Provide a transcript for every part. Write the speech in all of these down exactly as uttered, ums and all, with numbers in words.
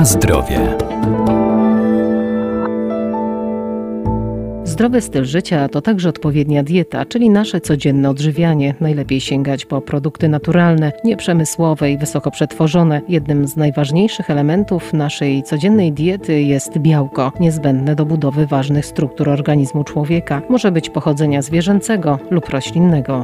Na zdrowie. Zdrowy styl życia to także odpowiednia dieta, czyli nasze codzienne odżywianie. Najlepiej sięgać po produkty naturalne, nieprzemysłowe i wysoko przetworzone. Jednym z najważniejszych elementów naszej codziennej diety jest białko, niezbędne do budowy ważnych struktur organizmu człowieka. Może być pochodzenia zwierzęcego lub roślinnego.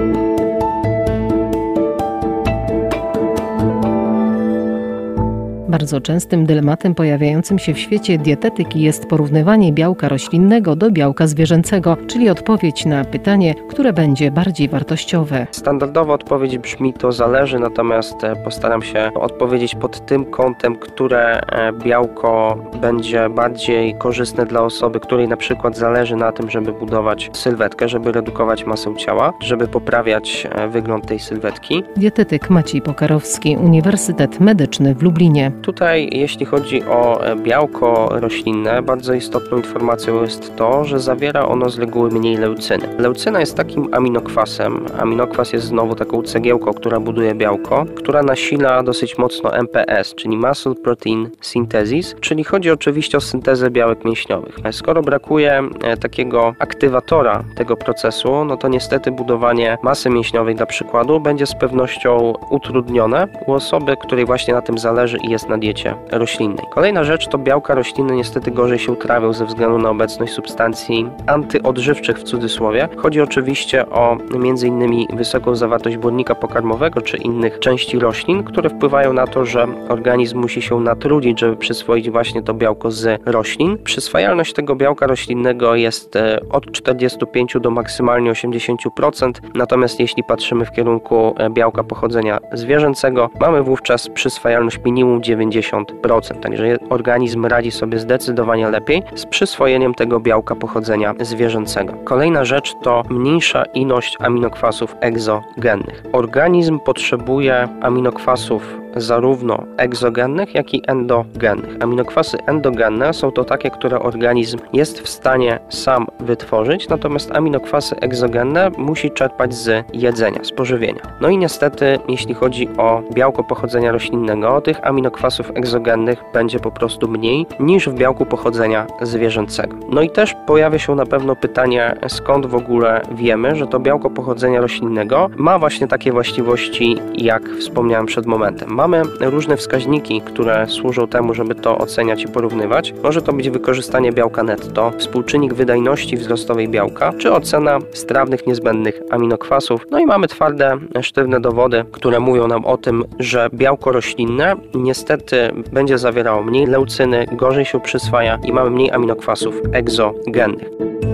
Bardzo częstym dylematem pojawiającym się w świecie dietetyki jest porównywanie białka roślinnego do białka zwierzęcego, czyli odpowiedź na pytanie, które będzie bardziej wartościowe. Standardowa odpowiedź brzmi to zależy, natomiast postaram się odpowiedzieć pod tym kątem, które białko będzie bardziej korzystne dla osoby, której na przykład zależy na tym, żeby budować sylwetkę, żeby redukować masę ciała, żeby poprawiać wygląd tej sylwetki. Dietetyk Maciej Pokarowski, Uniwersytet Medyczny w Lublinie. Tutaj, jeśli chodzi o białko roślinne, bardzo istotną informacją jest to, że zawiera ono z reguły mniej leucyny. Leucyna jest takim aminokwasem. Aminokwas jest znowu taką cegiełką, która buduje białko, która nasila dosyć mocno M P S, czyli Muscle Protein Synthesis, czyli chodzi oczywiście o syntezę białek mięśniowych. Skoro brakuje takiego aktywatora tego procesu, no to niestety budowanie masy mięśniowej dla przykładu będzie z pewnością utrudnione u osoby, której właśnie na tym zależy i jest na diecie roślinnej. Kolejna rzecz to białka roślinne niestety gorzej się trawią ze względu na obecność substancji antyodżywczych w cudzysłowie. Chodzi oczywiście o między innymi wysoką zawartość błonnika pokarmowego czy innych części roślin, które wpływają na to, że organizm musi się natrudzić, żeby przyswoić właśnie to białko z roślin. Przyswajalność tego białka roślinnego jest od czterdziestu pięciu do maksymalnie osiemdziesięciu procent, natomiast jeśli patrzymy w kierunku białka pochodzenia zwierzęcego, mamy wówczas przyswajalność minimum dziewięćdziesiąt procent, także organizm radzi sobie zdecydowanie lepiej z przyswojeniem tego białka pochodzenia zwierzęcego. Kolejna rzecz to mniejsza ilość aminokwasów egzogennych. Organizm potrzebuje aminokwasów zarówno egzogennych, jak i endogennych. Aminokwasy endogenne są to takie, które organizm jest w stanie sam wytworzyć, natomiast aminokwasy egzogenne musi czerpać z jedzenia, z pożywienia. No i niestety, jeśli chodzi o białko pochodzenia roślinnego, tych aminokwasów egzogennych będzie po prostu mniej niż w białku pochodzenia zwierzęcego. No i też pojawia się na pewno pytanie, skąd w ogóle wiemy, że to białko pochodzenia roślinnego ma właśnie takie właściwości, jak wspomniałem przed momentem. Mamy różne wskaźniki, które służą temu, żeby to oceniać i porównywać. Może to być wykorzystanie białka netto, współczynnik wydajności wzrostowej białka, czy ocena strawnych niezbędnych aminokwasów. No i mamy twarde, sztywne dowody, które mówią nam o tym, że białko roślinne niestety będzie zawierało mniej leucyny, gorzej się przyswaja i mamy mniej aminokwasów egzogennych.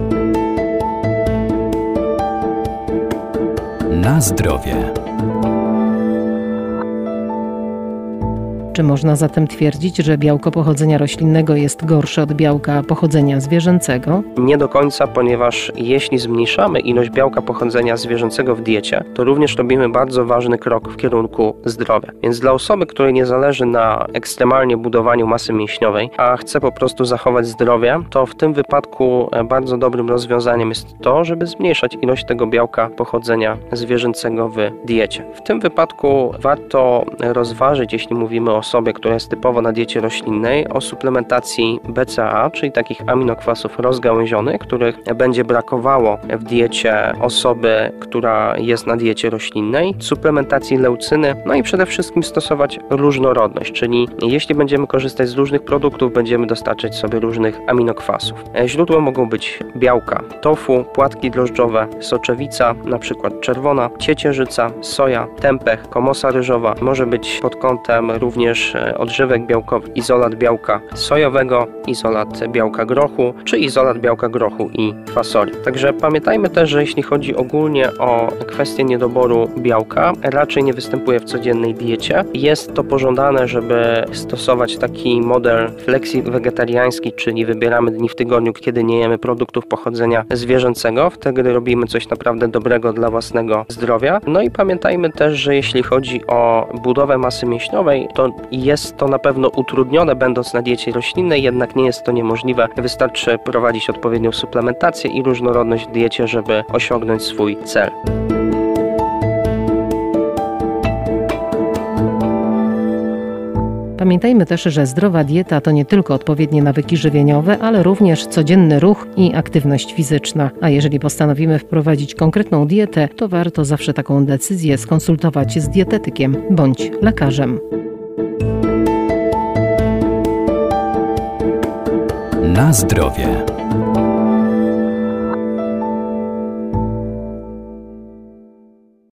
Na zdrowie. Czy można zatem twierdzić, że białko pochodzenia roślinnego jest gorsze od białka pochodzenia zwierzęcego? Nie do końca, ponieważ jeśli zmniejszamy ilość białka pochodzenia zwierzęcego w diecie, to również robimy bardzo ważny krok w kierunku zdrowia. Więc dla osoby, której nie zależy na ekstremalnie budowaniu masy mięśniowej, a chce po prostu zachować zdrowie, to w tym wypadku bardzo dobrym rozwiązaniem jest to, żeby zmniejszać ilość tego białka pochodzenia zwierzęcego w diecie. W tym wypadku warto rozważyć, jeśli mówimy o osobie, która jest typowo na diecie roślinnej, o suplementacji B C A A, czyli takich aminokwasów rozgałęzionych, których będzie brakowało w diecie osoby, która jest na diecie roślinnej, suplementacji leucyny, no i przede wszystkim stosować różnorodność, czyli jeśli będziemy korzystać z różnych produktów, będziemy dostarczać sobie różnych aminokwasów. Źródłem mogą być białka tofu, płatki drożdżowe, soczewica, na przykład czerwona, ciecierzyca, soja, tempeh, komosa ryżowa, może być pod kątem również odżywek białkowy, izolat białka sojowego, izolat białka grochu, czy izolat białka grochu i fasoli. Także pamiętajmy też, że jeśli chodzi ogólnie o kwestię niedoboru białka, raczej nie występuje w codziennej diecie. Jest to pożądane, żeby stosować taki model flexi-wegetariański, czyli wybieramy dni w tygodniu, kiedy nie jemy produktów pochodzenia zwierzęcego. Wtedy robimy coś naprawdę dobrego dla własnego zdrowia. No i pamiętajmy też, że jeśli chodzi o budowę masy mięśniowej, to jest to na pewno utrudnione, będąc na diecie roślinnej, jednak nie jest to niemożliwe. Wystarczy prowadzić odpowiednią suplementację i różnorodność w diecie, żeby osiągnąć swój cel. Pamiętajmy też, że zdrowa dieta to nie tylko odpowiednie nawyki żywieniowe, ale również codzienny ruch i aktywność fizyczna. A jeżeli postanowimy wprowadzić konkretną dietę, to warto zawsze taką decyzję skonsultować z dietetykiem bądź lekarzem. Na zdrowie.